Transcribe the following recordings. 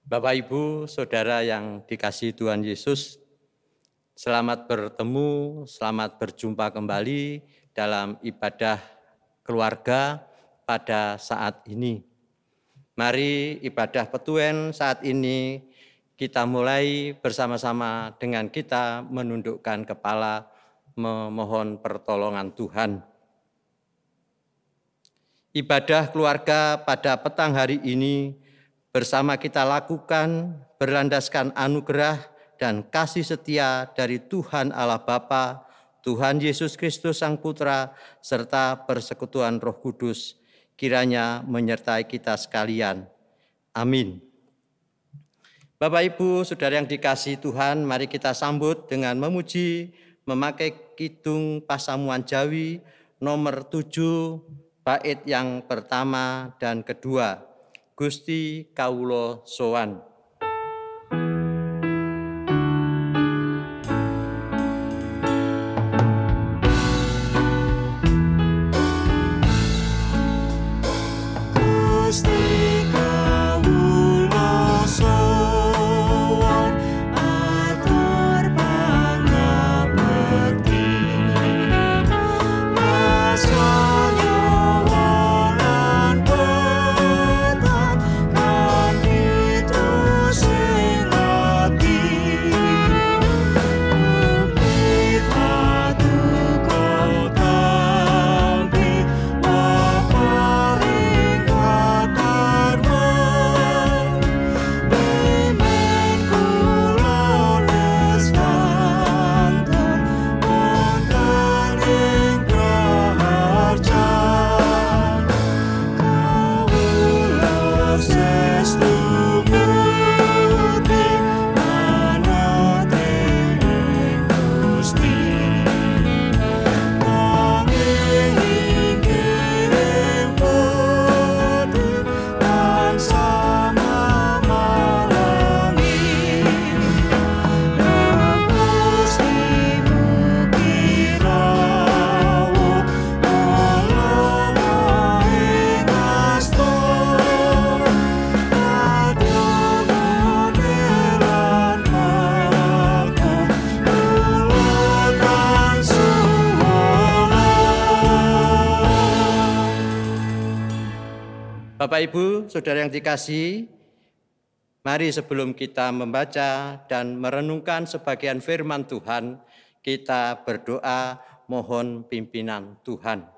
Bapak, Ibu, Saudara yang dikasihi Tuhan Yesus, selamat bertemu, selamat berjumpa kembali dalam ibadah keluarga pada saat ini. Mari ibadah Petuen saat ini kita mulai bersama-sama dengan kita menundukkan kepala, memohon pertolongan Tuhan. Ibadah keluarga pada petang hari ini bersama kita lakukan berlandaskan anugerah dan kasih setia dari Tuhan Allah Bapa, Tuhan Yesus Kristus Sang Putra, serta persekutuan Roh Kudus, kiranya menyertai kita sekalian. Amin. Bapak, Ibu, Saudara yang dikasihi Tuhan, mari kita sambut dengan memuji, memakai kidung Pasamuan Jawi nomor 7, bait yang pertama dan kedua. Gusti Kawula Sowan. Bapak, Ibu, Saudara yang dikasihi, mari sebelum kita membaca dan merenungkan sebagian firman Tuhan, kita berdoa mohon pimpinan Tuhan.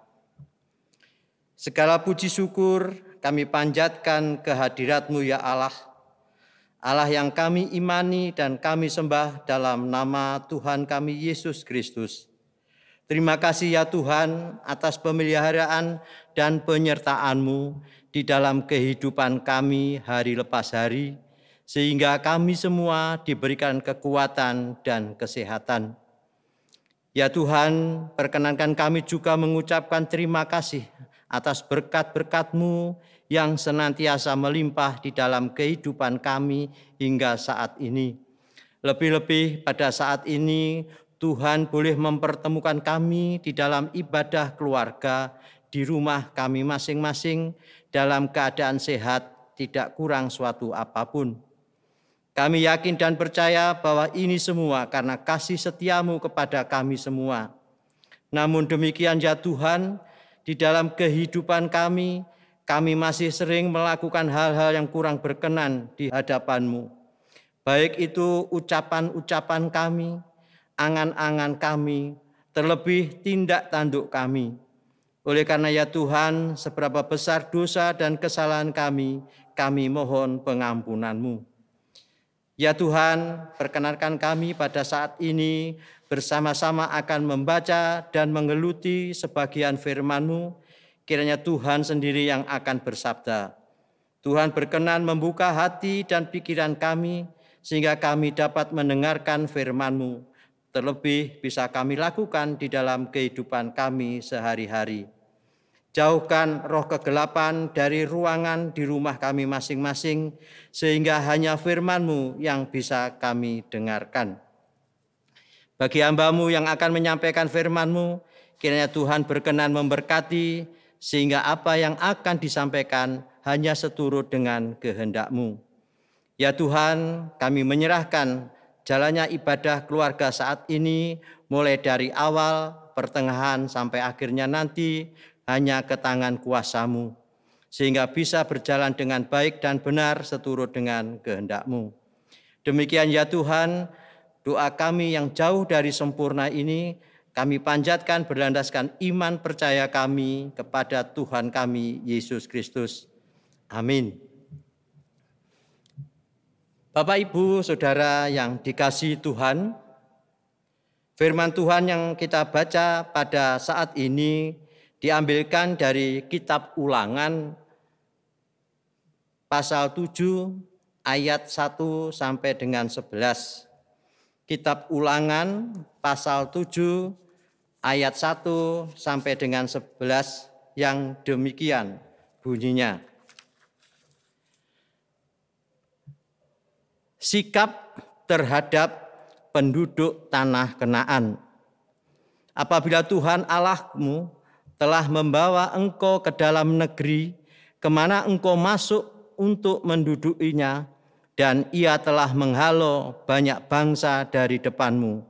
Segala puji syukur kami panjatkan kehadirat-Mu ya Allah, Allah yang kami imani dan kami sembah dalam nama Tuhan kami Yesus Kristus. Terima kasih ya Tuhan atas pemeliharaan dan penyertaan-Mu di dalam kehidupan kami hari lepas hari, sehingga kami semua diberikan kekuatan dan kesehatan. Ya Tuhan, perkenankan kami juga mengucapkan terima kasih atas berkat-berkat-Mu yang senantiasa melimpah di dalam kehidupan kami hingga saat ini. Lebih-lebih pada saat ini, Tuhan boleh mempertemukan kami di dalam ibadah keluarga di rumah kami masing-masing dalam keadaan sehat, tidak kurang suatu apapun. Kami yakin dan percaya bahwa ini semua karena kasih setia-Mu kepada kami semua. Namun demikian ya Tuhan, di dalam kehidupan kami masih sering melakukan hal-hal yang kurang berkenan di hadapan-Mu. Baik itu ucapan-ucapan kami, angan-angan kami, terlebih tindak tanduk kami. Oleh karena ya Tuhan, seberapa besar dosa dan kesalahan kami mohon pengampunan-Mu. Ya Tuhan, perkenankan kami pada saat ini bersama-sama akan membaca dan menggeluti sebagian firman-Mu. Kiranya Tuhan sendiri yang akan bersabda. Tuhan berkenan membuka hati dan pikiran kami, sehingga kami dapat mendengarkan firman-Mu. Terlebih bisa kami lakukan di dalam kehidupan kami sehari-hari. Jauhkan roh kegelapan dari ruangan di rumah kami masing-masing, sehingga hanya firman-Mu yang bisa kami dengarkan. Bagi hamba-Mu yang akan menyampaikan firman-Mu, kiranya Tuhan berkenan memberkati, sehingga apa yang akan disampaikan hanya seturut dengan kehendak-Mu. Ya Tuhan, kami menyerahkan jalannya ibadah keluarga saat ini, mulai dari awal, pertengahan, sampai akhirnya nanti, hanya ke tangan kuasa-Mu, sehingga bisa berjalan dengan baik dan benar seturut dengan kehendak-Mu. Demikian ya Tuhan, doa kami yang jauh dari sempurna ini, kami panjatkan berlandaskan iman percaya kami kepada Tuhan kami, Yesus Kristus. Amin. Bapak, Ibu, Saudara yang dikasihi Tuhan, firman Tuhan yang kita baca pada saat ini diambilkan dari kitab Ulangan pasal 7 ayat 1 sampai dengan 11. Kitab Ulangan pasal 7 ayat 1 sampai dengan 11 yang demikian bunyinya. Sikap terhadap penduduk tanah Kanaan. Apabila Tuhan Allahmu telah membawa engkau ke dalam negeri kemana engkau masuk untuk mendudukinya, dan ia telah menghalau banyak bangsa dari depanmu,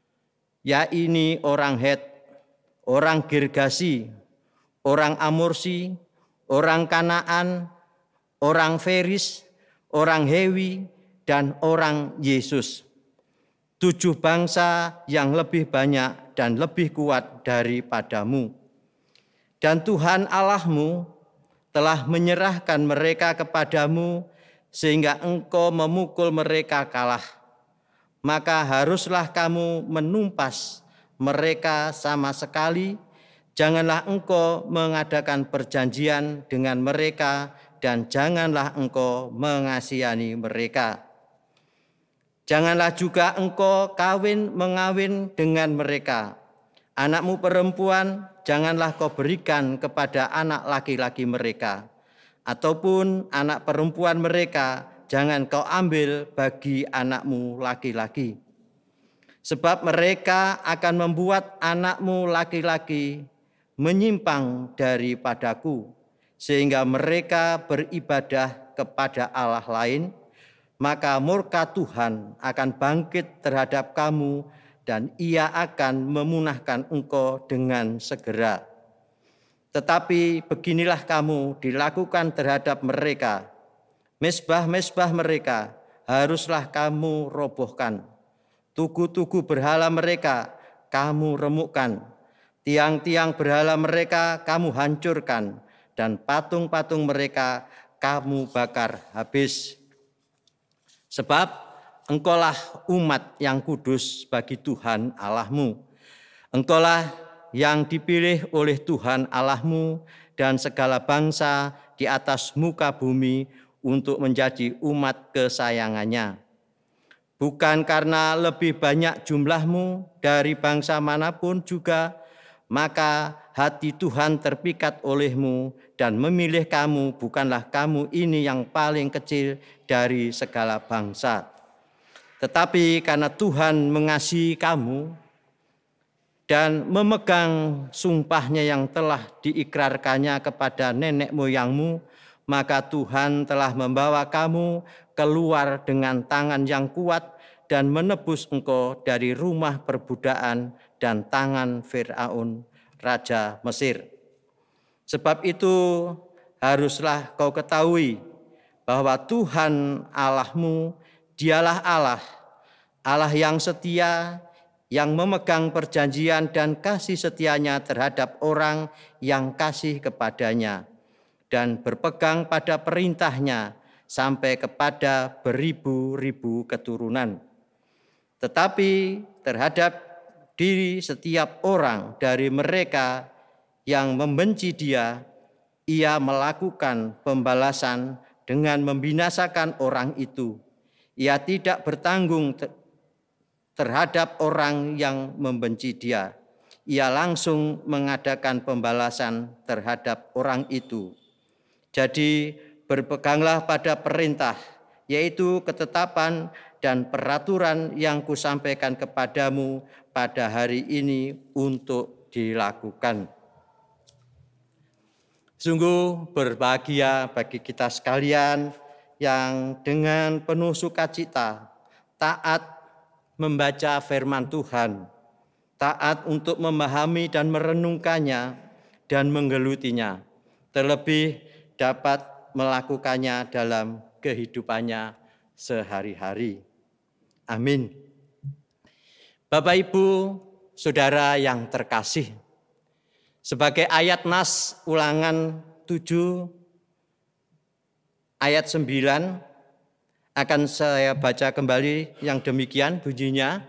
yakni orang Het, orang Girgasi, orang Amorsi, orang Kanaan, orang Feris, orang Hewi, dan orang Yesus. 7 bangsa yang lebih banyak dan lebih kuat daripadamu. Dan Tuhan Allahmu telah menyerahkan mereka kepadamu sehingga engkau memukul mereka kalah. Maka haruslah kamu menumpas mereka sama sekali. Janganlah engkau mengadakan perjanjian dengan mereka dan janganlah engkau mengasihani mereka. Janganlah juga engkau mengawin dengan mereka. Anakmu perempuan janganlah kau berikan kepada anak laki-laki mereka, ataupun anak perempuan mereka jangan kau ambil bagi anakmu laki-laki. Sebab mereka akan membuat anakmu laki-laki menyimpang daripadaku, sehingga mereka beribadah kepada Allah lain. Maka murka Tuhan akan bangkit terhadap kamu dan ia akan memunahkan engkau dengan segera. Tetapi beginilah kamu dilakukan terhadap mereka. Mezbah-mezbah mereka haruslah kamu robohkan. Tugu-tugu berhala mereka kamu remukkan. Tiang-tiang berhala mereka kamu hancurkan. Dan patung-patung mereka kamu bakar habis. Sebab engkaulah umat yang kudus bagi Tuhan Allahmu. Engkaulah yang dipilih oleh Tuhan Allahmu dan segala bangsa di atas muka bumi untuk menjadi umat kesayangannya. Bukan karena lebih banyak jumlahmu dari bangsa manapun juga, maka hati Tuhan terpikat olehmu dan memilih kamu, bukanlah kamu ini yang paling kecil dari segala bangsa. Tetapi karena Tuhan mengasihi kamu dan memegang sumpahnya yang telah diikrarkannya kepada nenek moyangmu, maka Tuhan telah membawa kamu keluar dengan tangan yang kuat dan menebus engkau dari rumah perbudakan dan tangan Firaun, Raja Mesir. Sebab itu haruslah kau ketahui bahwa Tuhan Allahmu, dialah Allah, Allah yang setia, yang memegang perjanjian dan kasih setianya terhadap orang yang kasih kepadanya, dan berpegang pada perintahnya sampai kepada beribu-ribu keturunan. Tetapi terhadap diri setiap orang dari mereka yang membenci Dia, Ia melakukan pembalasan dengan membinasakan orang itu. Ia tidak bertanggung terhadap orang yang membenci Dia. Ia langsung mengadakan pembalasan terhadap orang itu. Jadi berpeganglah pada perintah, yaitu ketetapan dan peraturan yang kusampaikan kepadamu pada hari ini untuk dilakukan. Sungguh berbahagia bagi kita sekalian yang dengan penuh sukacita taat membaca firman Tuhan, taat untuk memahami dan merenungkannya dan menggelutinya, terlebih dapat melakukannya dalam kehidupannya sehari-hari. Amin. Bapak, Ibu, Saudara yang terkasih, sebagai ayat nas Ulangan 7 ayat 9 akan saya baca kembali yang demikian bunyinya.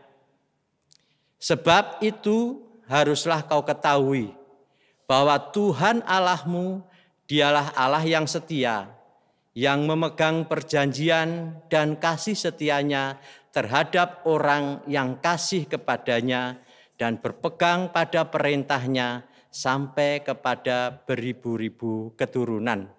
Sebab itu haruslah kau ketahui bahwa Tuhan Allahmu dialah Allah yang setia, yang memegang perjanjian dan kasih setianya terhadap orang yang kasih kepadanya dan berpegang pada perintahnya sampai kepada beribu-ribu keturunan.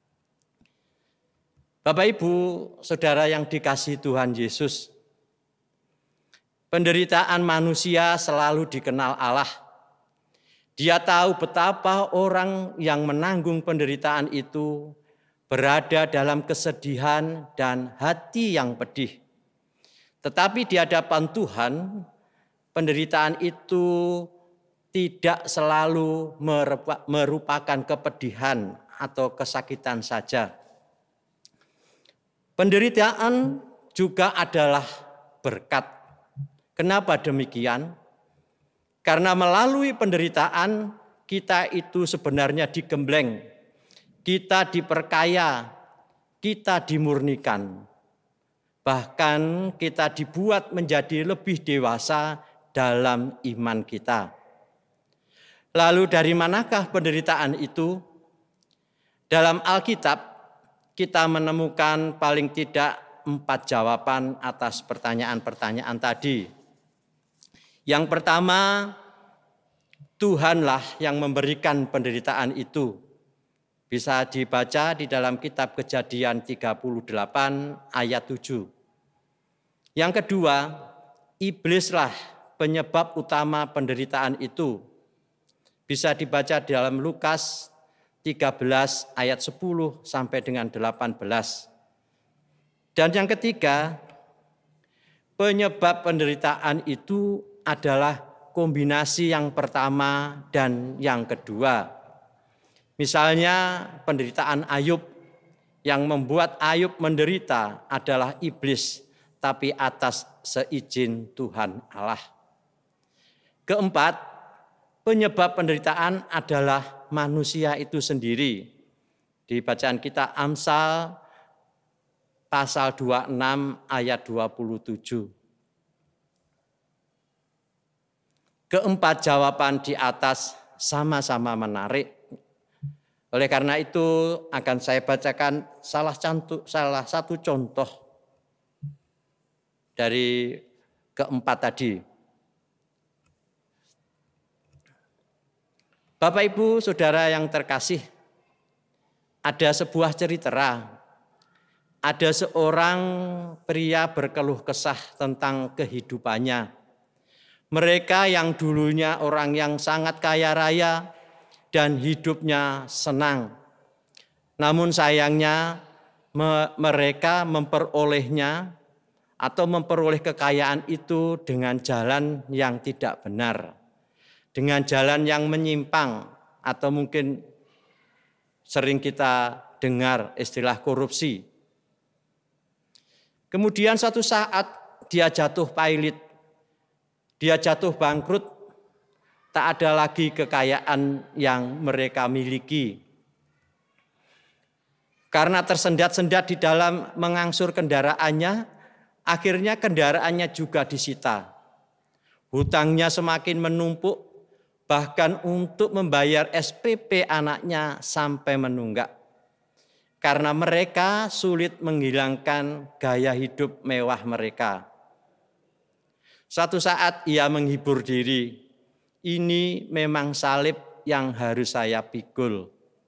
Bapak, Ibu, Saudara yang dikasihi Tuhan Yesus, penderitaan manusia selalu dikenal Allah. Dia tahu betapa orang yang menanggung penderitaan itu berada dalam kesedihan dan hati yang pedih. Tetapi di hadapan Tuhan, penderitaan itu tidak selalu merupakan kepedihan atau kesakitan saja. Penderitaan juga adalah berkat. Kenapa demikian? Karena melalui penderitaan kita itu sebenarnya digembleng, kita diperkaya, kita dimurnikan. Bahkan kita dibuat menjadi lebih dewasa dalam iman kita. Lalu dari manakah penderitaan itu? Dalam Alkitab kita menemukan paling tidak 4 jawaban atas pertanyaan-pertanyaan tadi. Yang pertama, Tuhanlah yang memberikan penderitaan itu. Bisa dibaca di dalam kitab Kejadian 38 ayat 7. Yang kedua, iblislah penyebab utama penderitaan itu. Bisa dibaca di dalam Lukas 13 ayat 10 sampai dengan 18. Dan yang ketiga, penyebab penderitaan itu adalah kombinasi yang pertama dan yang kedua. Misalnya penderitaan Ayub, yang membuat Ayub menderita adalah iblis, tapi atas seizin Tuhan Allah. Keempat, penyebab penderitaan adalah manusia itu sendiri. Di bacaan kita Amsal pasal 26 ayat 27. Keempat jawaban di atas sama-sama menarik. Oleh karena itu akan saya bacakan salah satu contoh dari keempat tadi. Bapak, Ibu, Saudara yang terkasih, ada sebuah cerita. Ada seorang pria berkeluh kesah tentang kehidupannya. Mereka yang dulunya orang yang sangat kaya raya dan hidupnya senang. Namun sayangnya mereka memperolehnya atau memperoleh kekayaan itu dengan jalan yang tidak benar. Dengan jalan yang menyimpang atau mungkin sering kita dengar istilah korupsi. Kemudian suatu saat dia jatuh pailit, dia jatuh bangkrut, tak ada lagi kekayaan yang mereka miliki. Karena tersendat-sendat di dalam mengangsur kendaraannya, akhirnya kendaraannya juga disita. Hutangnya semakin menumpuk, bahkan untuk membayar SPP anaknya sampai menunggak. Karena mereka sulit menghilangkan gaya hidup mewah mereka. Suatu saat ia menghibur diri, ini memang salib yang harus saya pikul.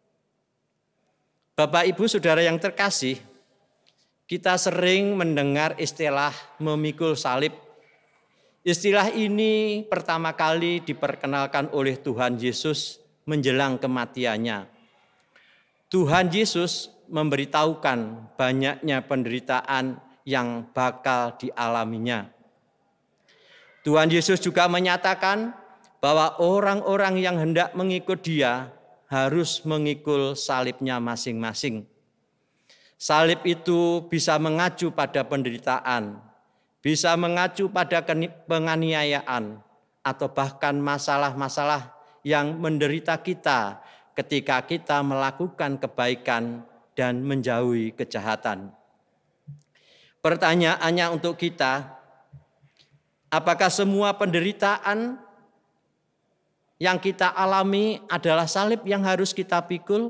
Bapak, Ibu, Saudara yang terkasih, kita sering mendengar istilah memikul salib. Istilah ini pertama kali diperkenalkan oleh Tuhan Yesus menjelang kematiannya. Tuhan Yesus memberitahukan banyaknya penderitaan yang bakal dialaminya. Tuhan Yesus juga menyatakan bahwa orang-orang yang hendak mengikut Dia harus mengikul salibnya masing-masing. Salib itu bisa mengacu pada penderitaan, bisa mengacu pada penganiayaan, atau bahkan masalah-masalah yang menderita kita ketika kita melakukan kebaikan dan menjauhi kejahatan. Pertanyaannya untuk kita, apakah semua penderitaan yang kita alami adalah salib yang harus kita pikul?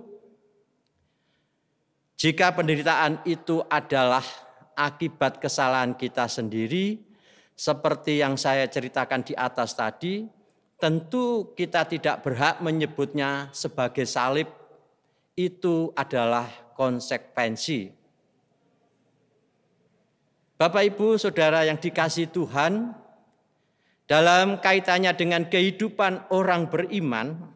Jika penderitaan itu adalah akibat kesalahan kita sendiri, seperti yang saya ceritakan di atas tadi, tentu kita tidak berhak menyebutnya sebagai salib. Itu adalah konsekuensi. Bapak, Ibu, Saudara yang dikasihi Tuhan, dalam kaitannya dengan kehidupan orang beriman,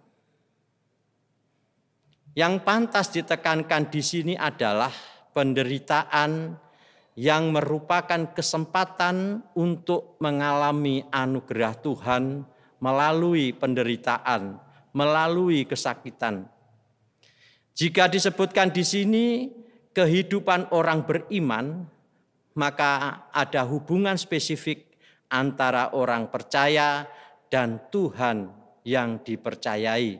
yang pantas ditekankan di sini adalah penderitaan yang merupakan kesempatan untuk mengalami anugerah Tuhan melalui penderitaan, melalui kesakitan. Jika disebutkan di sini kehidupan orang beriman, maka ada hubungan spesifik antara orang percaya dan Tuhan yang dipercayai.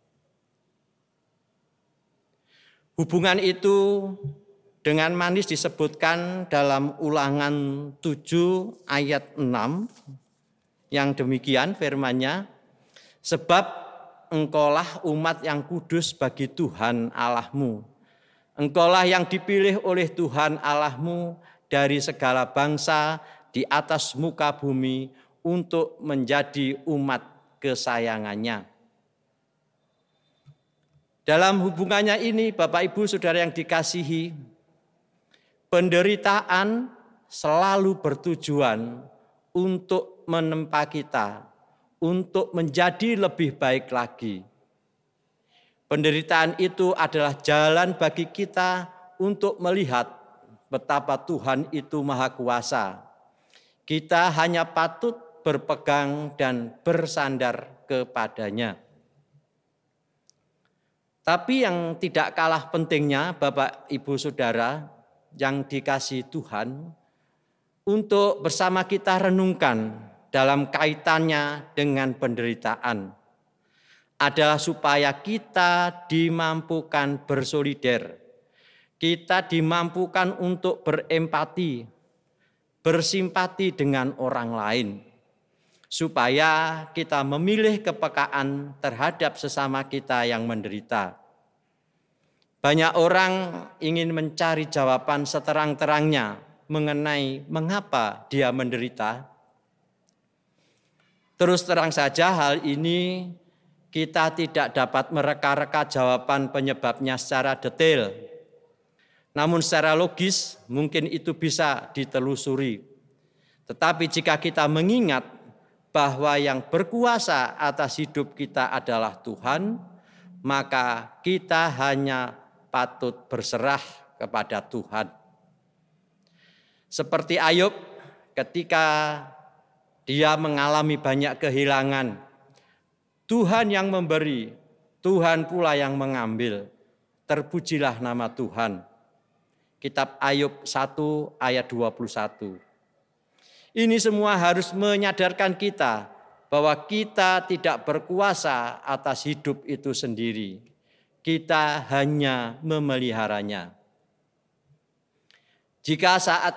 Hubungan itu dengan manis disebutkan dalam Ulangan 7 ayat 6 yang demikian firman-Nya, sebab engkaulah umat yang kudus bagi Tuhan Allahmu. Engkaulah yang dipilih oleh Tuhan Allahmu dari segala bangsa di atas muka bumi untuk menjadi umat kesayangannya. Dalam hubungannya ini, Bapak, Ibu, Saudara yang dikasihi, penderitaan selalu bertujuan untuk menempa kita, untuk menjadi lebih baik lagi. Penderitaan itu adalah jalan bagi kita untuk melihat betapa Tuhan itu maha kuasa. Kita hanya patut berpegang dan bersandar kepadanya. Tapi yang tidak kalah pentingnya, Bapak, Ibu, Saudara yang dikasihi Tuhan, untuk bersama kita renungkan dalam kaitannya dengan penderitaan, adalah supaya kita dimampukan bersolider, kita dimampukan untuk berempati, bersimpati dengan orang lain, supaya kita memilih kepekaan terhadap sesama kita yang menderita. Banyak orang ingin mencari jawaban seterang-terangnya mengenai mengapa dia menderita. Terus terang saja hal ini kita tidak dapat mereka-reka jawaban penyebabnya secara detail. Namun secara logis mungkin itu bisa ditelusuri. Tetapi jika kita mengingat bahwa yang berkuasa atas hidup kita adalah Tuhan, maka kita hanya patut berserah kepada Tuhan. Seperti Ayub ketika dia mengalami banyak kehilangan, Tuhan yang memberi, Tuhan pula yang mengambil. Terpujilah nama Tuhan. Kitab Ayub 1 ayat 21. Ini semua harus menyadarkan kita bahwa kita tidak berkuasa atas hidup itu sendiri. Kita hanya memeliharanya. Jika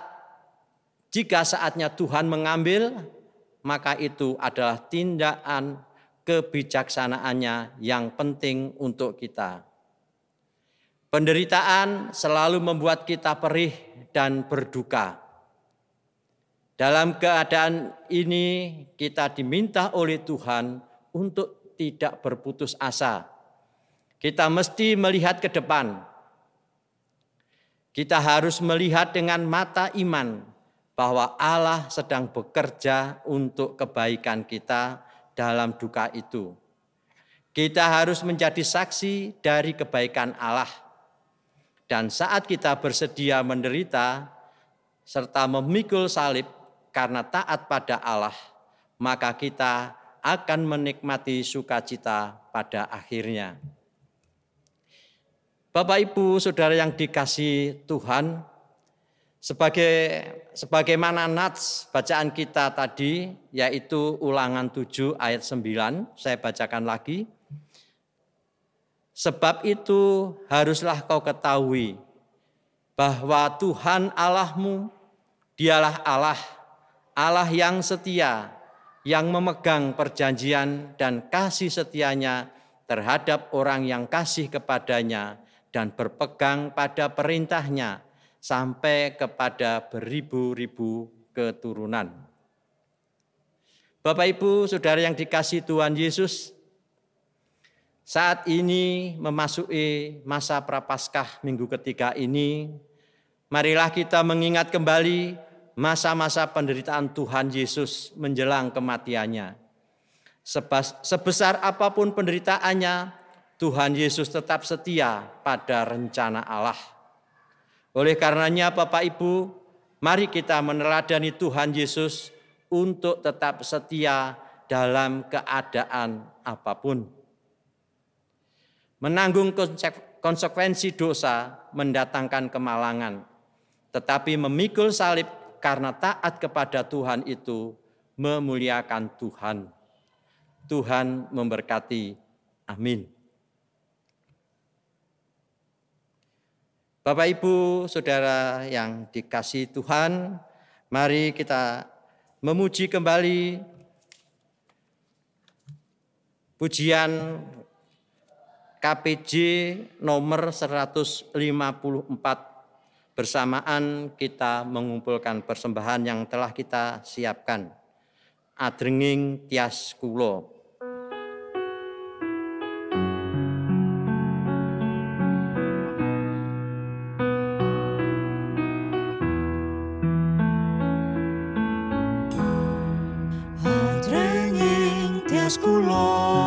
saatnya Tuhan mengambil, maka itu adalah tindakan kebijaksanaannya yang penting untuk kita. Penderitaan selalu membuat kita perih dan berduka. Dalam keadaan ini kita diminta oleh Tuhan untuk tidak berputus asa. Kita mesti melihat ke depan. Kita harus melihat dengan mata iman bahwa Allah sedang bekerja untuk kebaikan kita dalam duka itu. Kita harus menjadi saksi dari kebaikan Allah. Dan saat kita bersedia menderita serta memikul salib karena taat pada Allah, maka kita akan menikmati sukacita pada akhirnya. Bapak, Ibu, Saudara yang dikasihi Tuhan, sebagaimana nats bacaan kita tadi, yaitu Ulangan 7 ayat 9, saya bacakan lagi. Sebab itu haruslah kau ketahui bahwa Tuhan Allahmu, dialah Allah yang setia, yang memegang perjanjian dan kasih setianya terhadap orang yang kasih kepadanya dan berpegang pada perintahnya sampai kepada beribu-ribu keturunan. Bapak, Ibu, Saudara yang dikasihi Tuhan Yesus, saat ini memasuki masa Prapaskah minggu ketiga ini, marilah kita mengingat kembali masa-masa penderitaan Tuhan Yesus menjelang kematiannya. Sebesar apapun penderitaannya, Tuhan Yesus tetap setia pada rencana Allah. Oleh karenanya Bapak Ibu, mari kita meneladani Tuhan Yesus untuk tetap setia dalam keadaan apapun. Menanggung konsekuensi dosa mendatangkan kemalangan, tetapi memikul salib karena taat kepada Tuhan itu memuliakan Tuhan. Tuhan memberkati. Amin. Bapak, Ibu, Saudara yang dikasihi Tuhan, mari kita memuji kembali pujian KPJ nomor 154. Bersamaan kita mengumpulkan persembahan yang telah kita siapkan. Adrenging tias kulo. Adrenging tias kulo.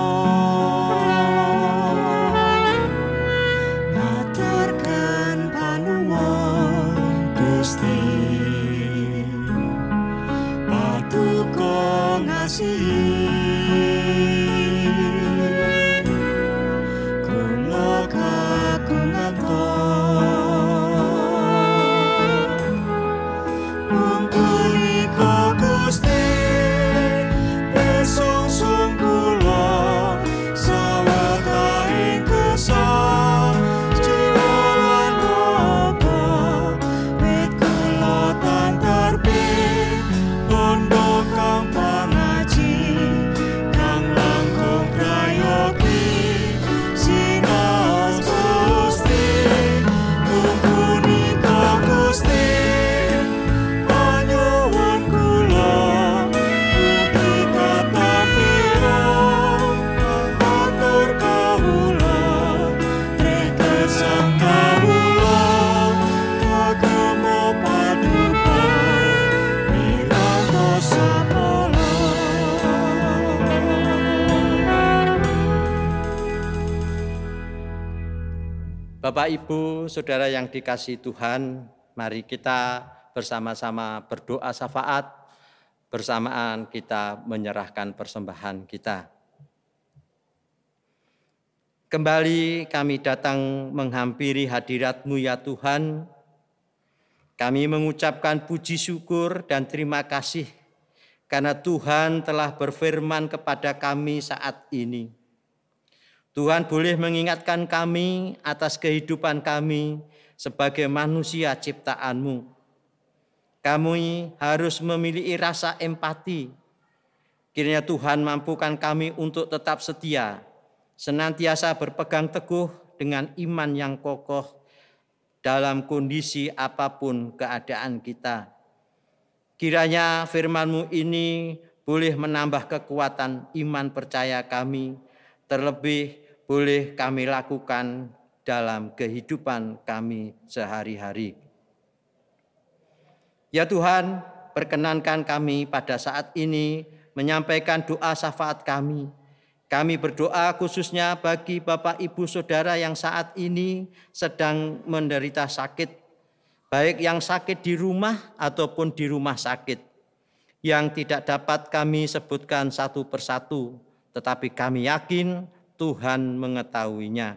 Bapak, Ibu, Saudara yang dikasihi Tuhan, mari kita bersama-sama berdoa syafaat, bersamaan kita menyerahkan persembahan kita. Kembali kami datang menghampiri hadirat-Mu ya Tuhan. Kami mengucapkan puji syukur dan terima kasih karena Tuhan telah berfirman kepada kami saat ini. Tuhan boleh mengingatkan kami atas kehidupan kami sebagai manusia ciptaan-Mu. Kami harus memiliki rasa empati. Kiranya Tuhan mampukan kami untuk tetap setia, senantiasa berpegang teguh dengan iman yang kokoh dalam kondisi apapun keadaan kita. Kiranya firman-Mu ini boleh menambah kekuatan iman percaya kami, terlebih boleh kami lakukan dalam kehidupan kami sehari-hari. Ya Tuhan, perkenankan kami pada saat ini menyampaikan doa syafaat kami. Kami berdoa khususnya bagi Bapak Ibu Saudara yang saat ini sedang menderita sakit, baik yang sakit di rumah ataupun di rumah sakit, yang tidak dapat kami sebutkan satu persatu, tetapi kami yakin Tuhan mengetahuinya.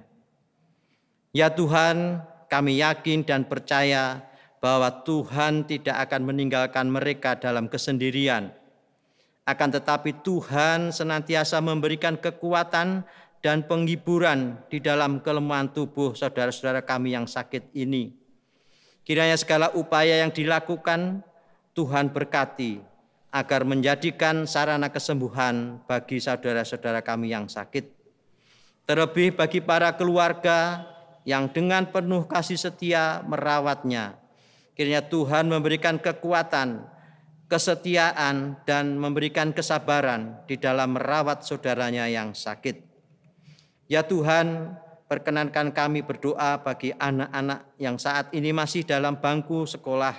Ya Tuhan, kami yakin dan percaya bahwa Tuhan tidak akan meninggalkan mereka dalam kesendirian. Akan tetapi Tuhan senantiasa memberikan kekuatan dan penghiburan di dalam kelemahan tubuh saudara-saudara kami yang sakit ini. Kiranya segala upaya yang dilakukan Tuhan berkati agar menjadikan sarana kesembuhan bagi saudara-saudara kami yang sakit. Terlebih bagi para keluarga yang dengan penuh kasih setia merawatnya. Kiranya Tuhan memberikan kekuatan, kesetiaan, dan memberikan kesabaran di dalam merawat saudaranya yang sakit. Ya Tuhan, perkenankan kami berdoa bagi anak-anak yang saat ini masih dalam bangku sekolah,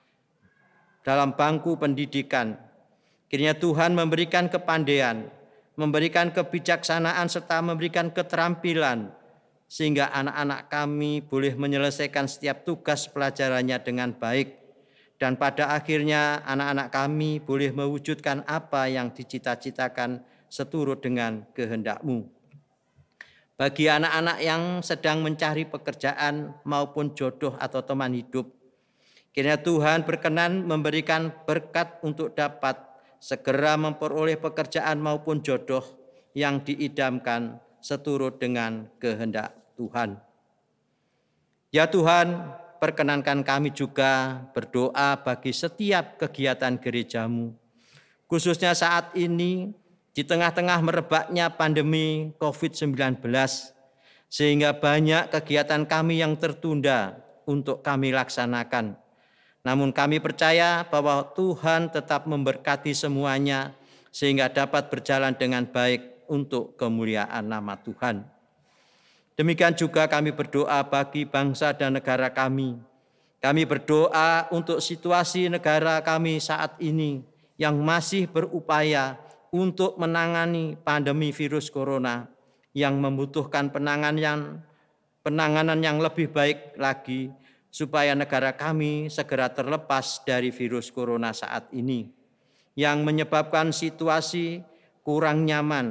dalam bangku pendidikan. Kiranya Tuhan memberikan kepandaian, memberikan kebijaksanaan, serta memberikan keterampilan, sehingga anak-anak kami boleh menyelesaikan setiap tugas pelajarannya dengan baik. Dan pada akhirnya anak-anak kami boleh mewujudkan apa yang dicita-citakan seturut dengan kehendak-Mu. Bagi anak-anak yang sedang mencari pekerjaan maupun jodoh atau teman hidup, kiranya Tuhan berkenan memberikan berkat untuk dapat segera memperoleh pekerjaan maupun jodoh yang diidamkan seturut dengan kehendak Tuhan. Ya Tuhan, perkenankan kami juga berdoa bagi setiap kegiatan gerejamu, khususnya saat ini di tengah-tengah merebaknya pandemi COVID-19, sehingga banyak kegiatan kami yang tertunda untuk kami laksanakan. Namun kami percaya bahwa Tuhan tetap memberkati semuanya, sehingga dapat berjalan dengan baik untuk kemuliaan nama Tuhan. Demikian juga kami berdoa bagi bangsa dan negara kami. Kami berdoa untuk situasi negara kami saat ini yang masih berupaya untuk menangani pandemi virus corona yang membutuhkan penanganan yang lebih baik lagi supaya negara kami segera terlepas dari virus corona saat ini yang menyebabkan situasi kurang nyaman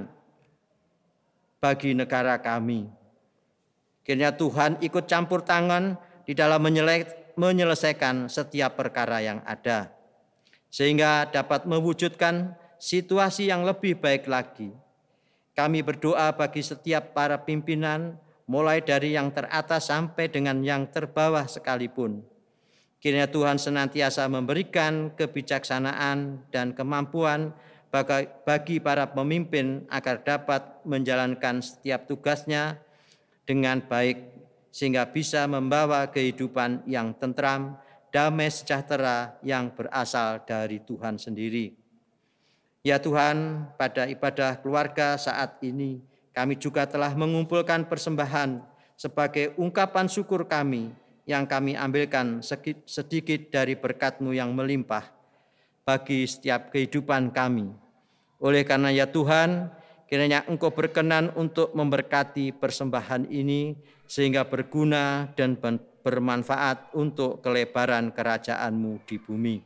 bagi negara kami. Kiranya Tuhan ikut campur tangan di dalam menyelesaikan setiap perkara yang ada, sehingga dapat mewujudkan situasi yang lebih baik lagi. Kami berdoa bagi setiap para pimpinan, mulai dari yang teratas sampai dengan yang terbawah sekalipun. Kiranya Tuhan senantiasa memberikan kebijaksanaan dan kemampuan bagi para pemimpin agar dapat menjalankan setiap tugasnya dengan baik, sehingga bisa membawa kehidupan yang tentram, damai sejahtera yang berasal dari Tuhan sendiri. Ya Tuhan, pada ibadah keluarga saat ini, kami juga telah mengumpulkan persembahan sebagai ungkapan syukur kami yang kami ambilkan sedikit dari berkat-Mu yang melimpah bagi setiap kehidupan kami. Oleh karena ya Tuhan, kiranya Engkau berkenan untuk memberkati persembahan ini sehingga berguna dan bermanfaat untuk kelebaran kerajaan-Mu di bumi.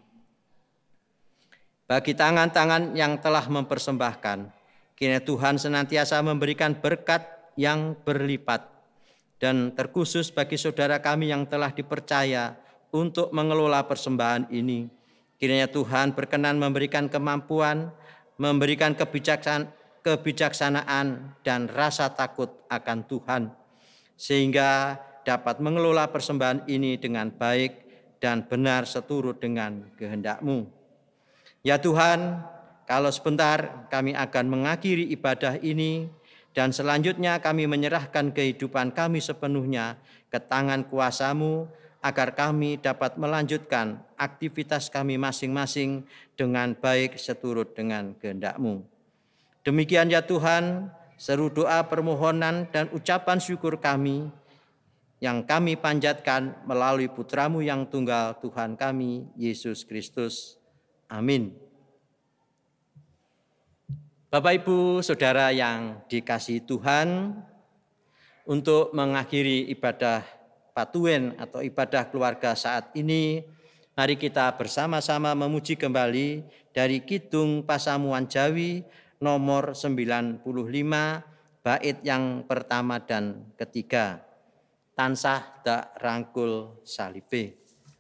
Bagi tangan-tangan yang telah mempersembahkan, kiranya Tuhan senantiasa memberikan berkat yang berlipat. Dan terkhusus bagi saudara kami yang telah dipercaya untuk mengelola persembahan ini, kiranya Tuhan berkenan memberikan kemampuan, memberikan kebijaksanaan dan rasa takut akan Tuhan, sehingga dapat mengelola persembahan ini dengan baik dan benar seturut dengan kehendak-Mu. Ya Tuhan, kalau sebentar kami akan mengakhiri ibadah ini dan selanjutnya kami menyerahkan kehidupan kami sepenuhnya ke tangan kuasa-Mu agar kami dapat melanjutkan aktivitas kami masing-masing dengan baik seturut dengan kehendak-Mu. Demikian ya Tuhan, seru doa permohonan dan ucapan syukur kami yang kami panjatkan melalui Putra-Mu yang tunggal Tuhan kami, Yesus Kristus. Amin. Bapak, Ibu, Saudara yang dikasihi Tuhan, untuk mengakhiri ibadah Patuen atau ibadah keluarga saat ini, mari kita bersama-sama memuji kembali dari Kidung Pasamuan Jawi nomor 95, bait yang pertama dan ketiga. Tansah dak rangkul salibe.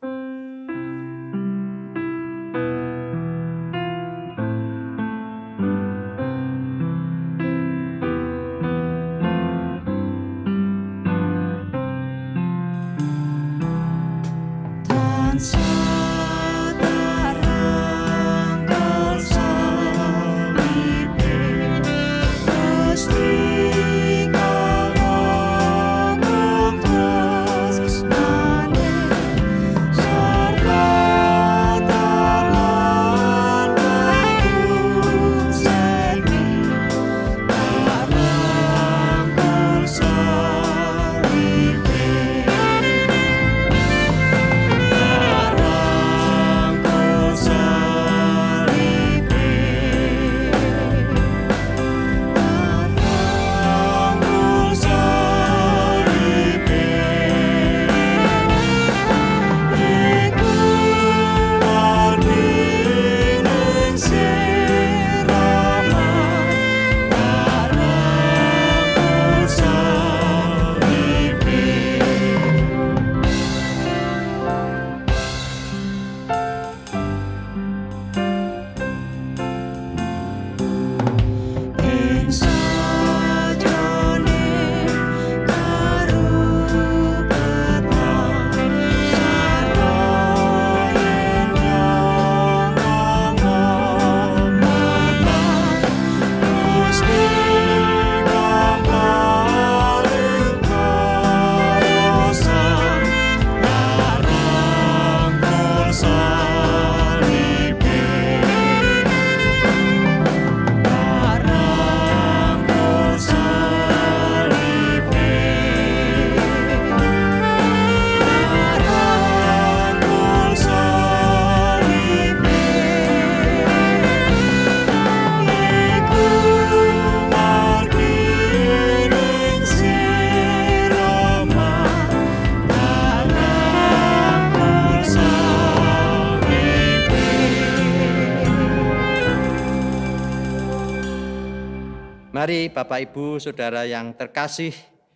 Mari Bapak, Ibu, Saudara yang terkasih,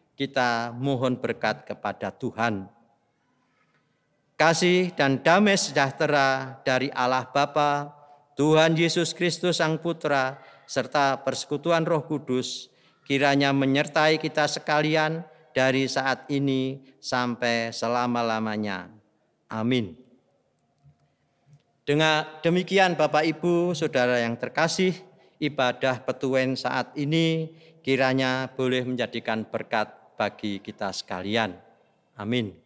kita mohon berkat kepada Tuhan. Kasih dan damai sejahtera dari Allah Bapa, Tuhan Yesus Kristus Sang Putra, serta persekutuan Roh Kudus, kiranya menyertai kita sekalian dari saat ini sampai selama-lamanya. Amin. Dengan demikian Bapak, Ibu, Saudara yang terkasih, ibadah Petuen saat ini kiranya boleh menjadikan berkat bagi kita sekalian. Amin.